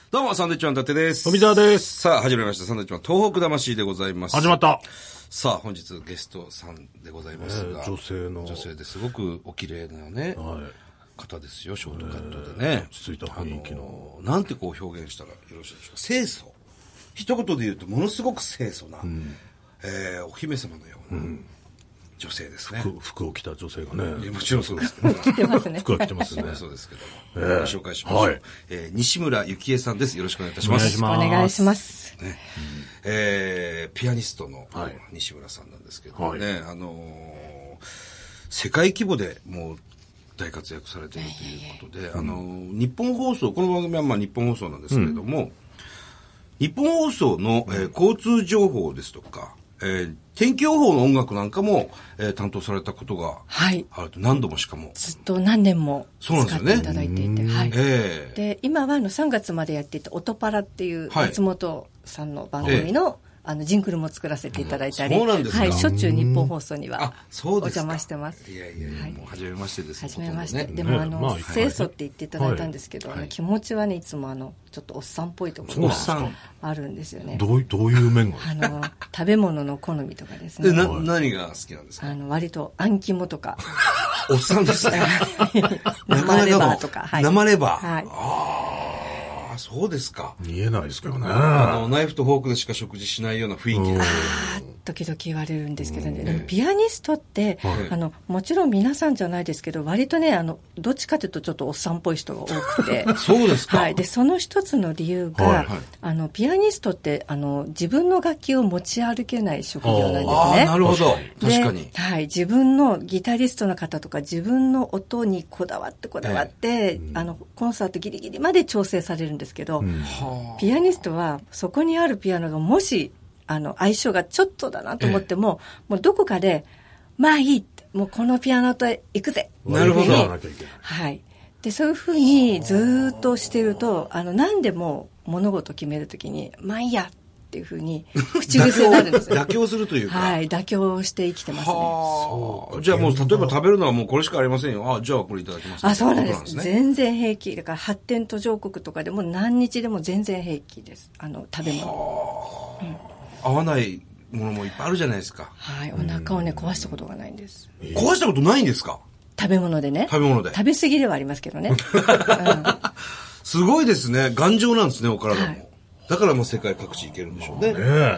どうも、サンドウィッチマン伊達です。 富澤です。 さあ、始まりました。サンドウィッチマン東北魂でございます。 始まった。 さあ、本日ゲストさんでございますが。 女性ですごくお綺麗なね、方ですよ、ショートカットでね。 落ち着いた雰囲気の。 なんてこう表現したらよろしいでしょうか。清楚。一言で言うと、ものすごく清楚な、お姫様のような女性ですね。 服を着た女性がね。 もちろんそうです。 着てますね。 服は着てますね。 そうですけども。ご紹介しましょう。西村幸恵さんです。よろしくお願いいたします。 お願いします。 ピアニストの西村さんなんですけどね、世界規模でもう大活躍されているということで、日本放送、この番組はまあ日本放送なんですけれども、日本放送の、交通情報ですとか、天気予報の音楽なんかも、担当されたことがあると、何度もしかもずっと何年も使っていただいていて、で今は3月までやっていたオトパラっていう松本さんの番組の、ジングルも作らせていただいたり、 そうなんですか。 しょっちゅう日本放送にはお邪魔してます。 いやもう初めましてです。 初めまして。でも清楚って言っていただいたんですけど、気持ちはねいつもちょっとおっさんっぽいところがあるんですよね。 どういう面が食べ物の好みとかですね。 何が好きなんですか。 割とあん肝とか。 おっさんですね。 生レバーとか。 生レバー。そうですか。 見えないですけどね。 ナイフとフォークでしか食事しないような雰囲気です。 時々言われるんですけどね。ピアニストって、もちろん皆さんじゃないですけど、割とね、どっちかというとちょっとおっさんっぽい人が多くて。 そうですか。 で、その一つの理由が、ピアニストって、自分の楽器を持ち歩けない職業なんですね。 なるほど。確かに。 自分のギタリストの方とか、自分の音にこだわって、コンサートギリギリまで調整されるんですけど、ピアニストはそこにあるピアノがもし相性がちょっとだなと思っても、もうどこかでまあいいって、もうこのピアノと行くぜ。 なるほど。 でそういうふうにずっとしてると何でも物事を決めるときにまあいいやっていうふうに口癖になるんですよ。 妥協するというか。 妥協して生きてますね。 じゃあもう例えば食べるのはもうこれしかありませんよ。じゃあこれいただきます。 そうなんです。全然平気。だから発展途上国とかでも何日でも全然平気です。食べ物。 合わないものもいっぱいあるじゃないですか。 お腹をね壊したことがないんです。 壊したことないんですか。 食べ物でね。 食べ物で。 食べ過ぎではありますけどね。 すごいですね。頑丈なんですね、お体も。だからもう世界各地行けるんでしょうね。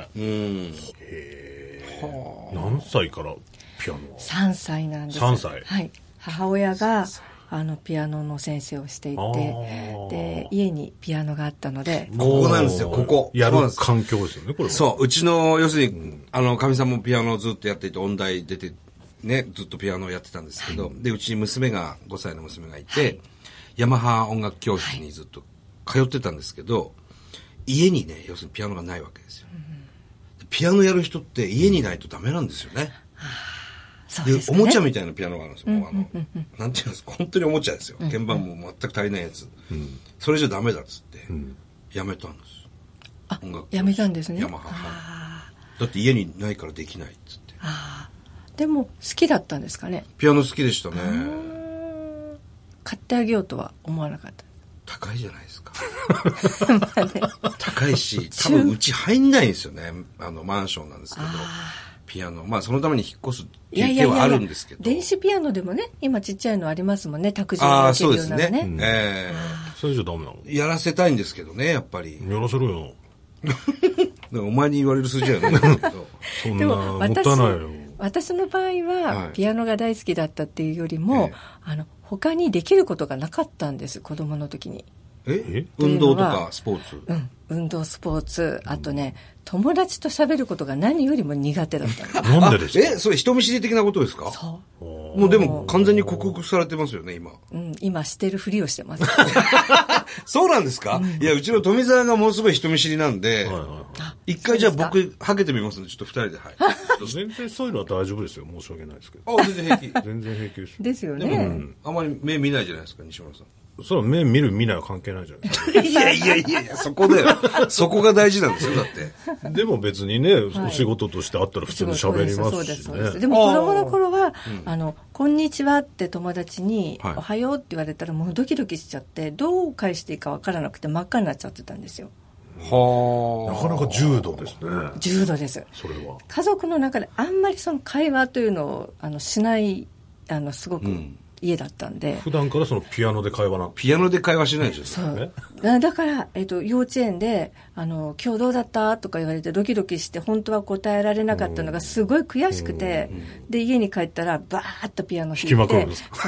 何歳からピアノ ？3歳なんです。 3歳。 母親がピアノの先生をしていて、で家にピアノがあったので、 ここなんですよ。ここやる環境ですよね。これそう、うちの要するにかみさんもピアノをずっとやっていて、音大出てね、ずっとピアノをやってたんですけど、でうちに娘が5歳の娘がいて、ヤマハ音楽教室にずっと通ってたんですけど、家にね、要するにピアノがないわけですよ。ピアノやる人って家にないとダメなんですよね。でおもちゃみたいなピアノがあるんですよ。なんていうんですか、本当におもちゃですよ。鍵盤も全く足りないやつ。それじゃダメだっつってやめたんです。 音楽やめたんですね。 ヤマハ。だって家にないからできないっつって。 でも好きだったんですかね。 ピアノ好きでしたね。 買ってあげようとは思わなかった。 高いじゃないですか。高いし、多分うち入んないんですよね。マンションなんですけど、ピアノ。まあそのために引っ越す手はあるんですけど。 電子ピアノでもね、今ちっちゃいのありますもんね。卓上でできるようなね。 それじゃダメなの？ やらせたいんですけどね、やっぱり。 やらせろよ。 お前に言われる筋合いはないんだけど。 そんなもったいないよ。 私の場合はピアノが大好きだったっていうよりも、他にできることがなかったんです、子供の時に。 運動とかスポーツ。 運動スポーツ、あとね、友達と喋ることが何よりも苦手だったの。なんでですか？ それ人見知り的なことですか？ そう。 もうでも完全に克服されてますよね、今。 今してるふりをしてます。 そうなんですか？いや、うちの富澤がものすごい人見知りなんで、一回じゃあ僕、はけてみますので、ちょっと二人で、 全然そういうのは大丈夫ですよ。申し訳ないですけど。 全然平気。 全然平気です。 ですよね。 あまり目見ないじゃないですか、西村さん。 それは目見る見ないは関係ないじゃないですか。 いやいやいやいや、そこだよ。そこが大事なんですよ、だって。 でも別にね、お仕事としてあったら普通に喋りますしね。 でも子供の頃は、こんにちはって友達に、おはようって言われたらもうドキドキしちゃって、どう返していいかわからなくて真っ赤になっちゃってたんですよ。 なかなか重度ですね。 重度です。 それは。 家族の中であんまりその会話というのをしない、すごく家だったんで。 普段からそのピアノで会話ピアノで会話しないでしょ。 そう。だから、幼稚園で、今日どうだったとか言われてドキドキして本当は答えられなかったのがすごい悔しくて、で、家に帰ったらバーッとピアノ弾いて。 弾きまくるんですか？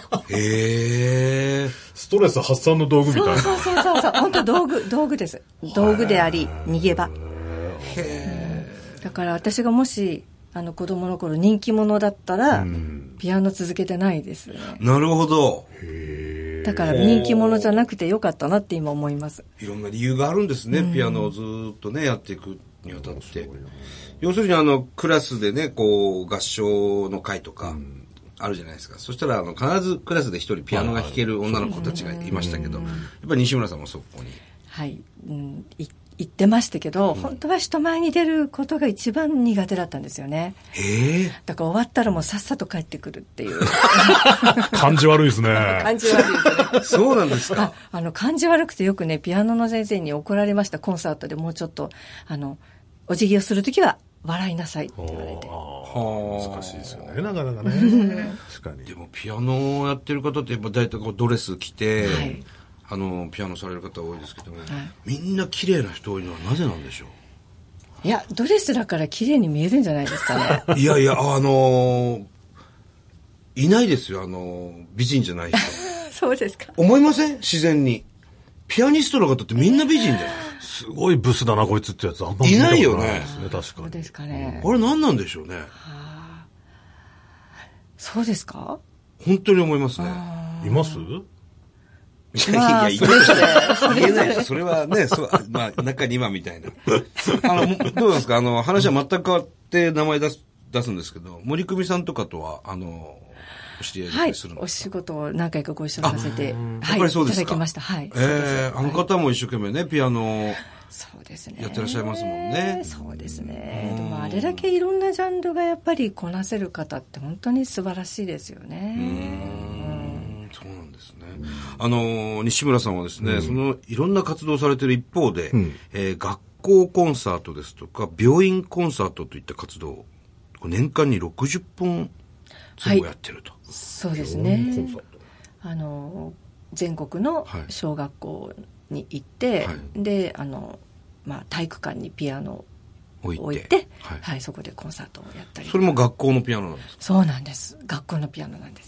へー。 ストレス発散の道具みたいな。 そう。本当道具です。道具であり、逃げ場。だから私がもし、子供の頃人気者だったら、ピアノ続けてないですね。 なるほど。 だから人気者じゃなくてよかったなって今思います。 いろんな理由があるんですね、ピアノをずっとね、やっていくにあたって。要するにクラスでね、こう、合唱の会とか、あるじゃないですか。そしたら、必ずクラスで一人ピアノが弾ける女の子たちがいましたけど、やっぱり西村さんもそこに。 はい。言ってましたけど、本当は人前に出ることが一番苦手だったんですよね。だから終わったらもうさっさと帰ってくるっていう。 感じ悪いですね。 感じ悪いですね。 そうなんですか。 感じ悪くてよくね、ピアノの先生に怒られました。コンサートでもうちょっと、お辞儀をするときは笑いなさいって言われて。 難しいですよね、なかなかね。確かに。 でもピアノをやってる方ってやっぱ大体こうドレス着て、ピアノされる方多いですけども、みんな綺麗な人多いのはなぜなんでしょう？ いや、ドレスだから綺麗に見えるんじゃないですかね。 いやいや、いないですよ、美人じゃない人。 そうですか。 思いません？自然に。ピアニストの方ってみんな美人じゃない？ すごいブスだな、こいつってやつあんまいないよね。 確かに。 そうですかね。 あれ何なんでしょうね。 そうですか？ 本当に思いますね。 います？ いや、言えないでしょ。それはね、まあ、中に今みたいな。どうなんですか？話は全く変わって名前出すんですけど、森久美さんとかとは、お知り合いだったりするんですか？ お仕事を何回かご一緒させて、 やっぱりそうですか。 いただきました。はい。 あの方も一生懸命ね、ピアノそうですね。 やってらっしゃいますもんね。 そうですね。でもあれだけいろんなジャンルがやっぱりこなせる方って本当に素晴らしいですよね。 そうなんですね。西村さんはですね、そのいろんな活動をされている一方で、学校コンサートですとか、病院コンサートといった活動、年間に60本前後やってると。 そうですね。全国の小学校に行って、で、体育館にピアノを置いて、そこでコンサートをやったり。 それも学校のピアノなんですか？ そうなんです。学校のピアノなんです。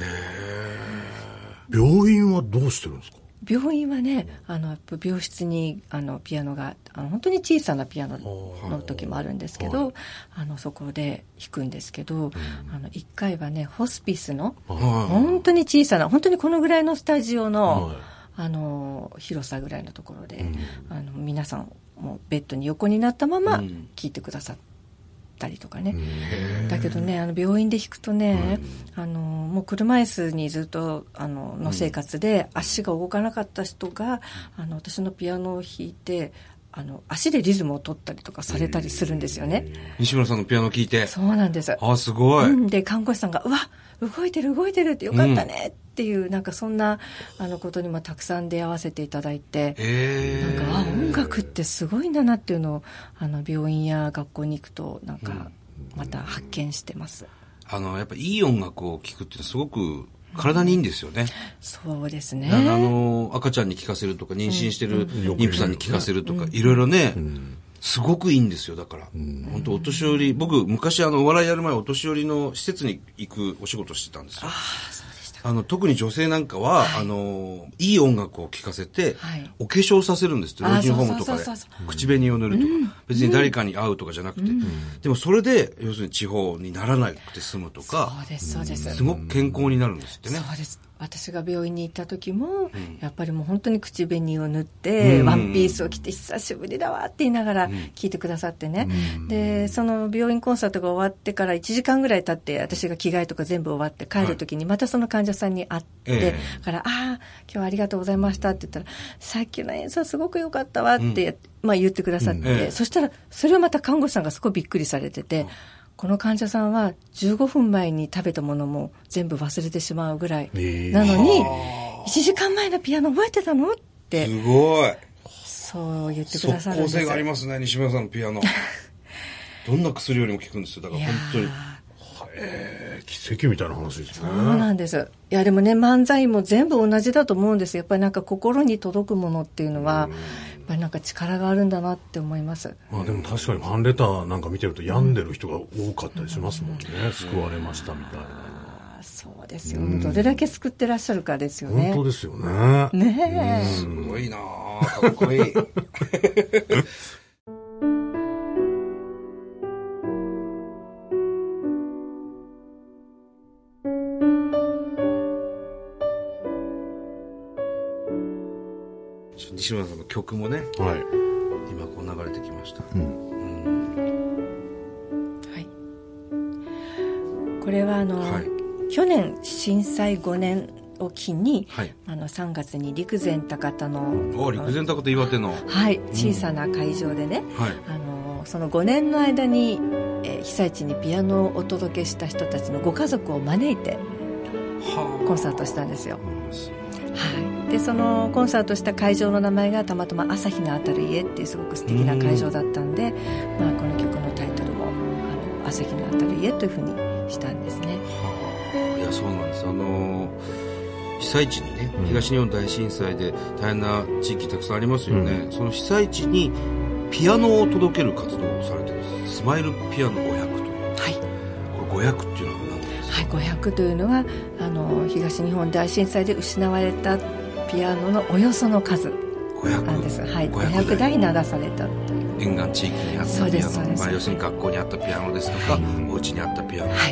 病院はどうしてるんですか？ 病院はね、病室にピアノが本当に小さなピアノの時もあるんですけど、そこで弾くんですけど、1回はねホスピスの本当に小さな、本当にこのぐらいのスタジオの、広さぐらいのところで、皆さんもベッドに横になったまま聴いてくださったりとかね。だけどね、病院で弾くとね、もう車椅子にずっとの生活で足が動かなかった人が私のピアノを弾いて足でリズムを取ったりとかされたりするんですよね。 西村さんのピアノ聴いて。 そうなんです。 すごい。 で看護師さんがうわ動いてるってよかったねっていう、なんかそんなことにもたくさん出会わせていただいて、なんか音楽ってすごいんだなっていうのを病院や学校に行くとなんかまた発見してます。 やっぱいい音楽を聴くってすごく体にいいんですよね。 そうですね。 赤ちゃんに聴かせるとか、妊娠してる妊婦さんに聴かせるとか、いろいろね、すごくいいんですよ。だから、本当お年寄り、僕昔お笑いやる前お年寄りの施設に行くお仕事してたんですよ。特に女性なんかは、いい音楽を聴かせて、お化粧させるんですって、老人ホームとかで。口紅を塗るとか、別に誰かに会うとかじゃなくて。でもそれで、要するに地方にならなくて済むとか、 そうです。 すごく健康になるんですってね。 そうです。 私が病院に行った時も、やっぱりもう本当に口紅を塗って、ワンピースを着て久しぶりだわって言いながら聞いてくださってね、でその病院コンサートが終わってから1時間ぐらい経って私が着替えとか全部終わって帰る時にまたその患者さんに会って、だから今日はありがとうございましたって言ったら、さっきの演奏すごく良かったわって、言ってくださって、そしたらそれをまた看護師さんがすごいびっくりされてて、この患者さんは15分前に食べたものも全部忘れてしまうぐらいなのに、1時間前のピアノ覚えてたのって、 すごい、 そう言ってくださるんです。 即効性がありますね、西村さんのピアノ。どんな薬よりも効くんですよ。だから本当に奇跡みたいな話ですね。 そうなんです。いやでもね、漫才も全部同じだと思うんです。やっぱりなんか心に届くものっていうのはやっぱりなんか力があるんだなって思います。 でも確かにファンレターなんか見てると病んでる人が多かったりしますもんね、救われましたみたいな。そうですよ、どれだけ救ってらっしゃるかですよね。 本当ですよね。 ねえ、 すごいな、かっこいい。西村さんの曲もね、今こう流れてきました。 これは去年震災5年を機に、3月に陸前高田の陸前高田岩手の、 小さな会場でね、その5年の間に、被災地にピアノをお届けした人たちのご家族を招いてコンサートしたんですよ。でそのコンサートした会場の名前がたまたま朝日のあたる家っていうすごく素敵な会場だったんで、この曲のタイトルも朝日のあたる家というふうにしたんですね。 いや、そうなんです。被災地にね、東日本大震災で大変な地域たくさんありますよね、その被災地にピアノを届ける活動をされているスマイルピアノ500という、これ500っていうのは何ですか ？500というのは東日本大震災で失われたピアノのおよその数なんです。500台流されたという沿岸地域にあったピアノ、要するに学校にあったピアノですとか、お家にあったピアノとか、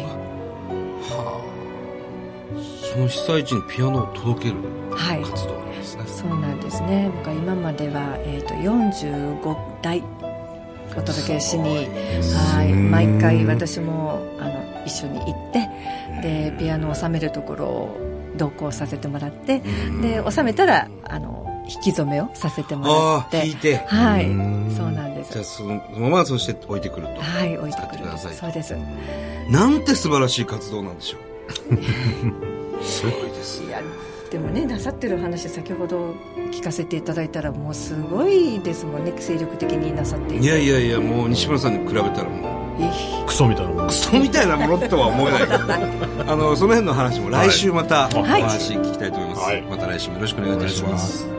その被災地にピアノを届ける活動なんですね。 そうなんですね。僕は今までは、45台お届けしに、毎回私も一緒に行ってでピアノを収めるところを同行させてもらって、で収めたら引き初めをさせてもらって、 弾いて、 そうなんです。 じゃあそのままそして置いてくると、 置いてくる。そうです。 なんて素晴らしい活動なんでしょう。すごいです。 いやでもね、なさってる話先ほど聞かせていただいたらもうすごいですもんね、精力的になさっていて。 いやもう西村さんに比べたらもうクソみたいなもの、 クソみたいなものとは思えないけどその辺の話も来週またお話聞きたいと思います、また来週もよろしくお願いいたします。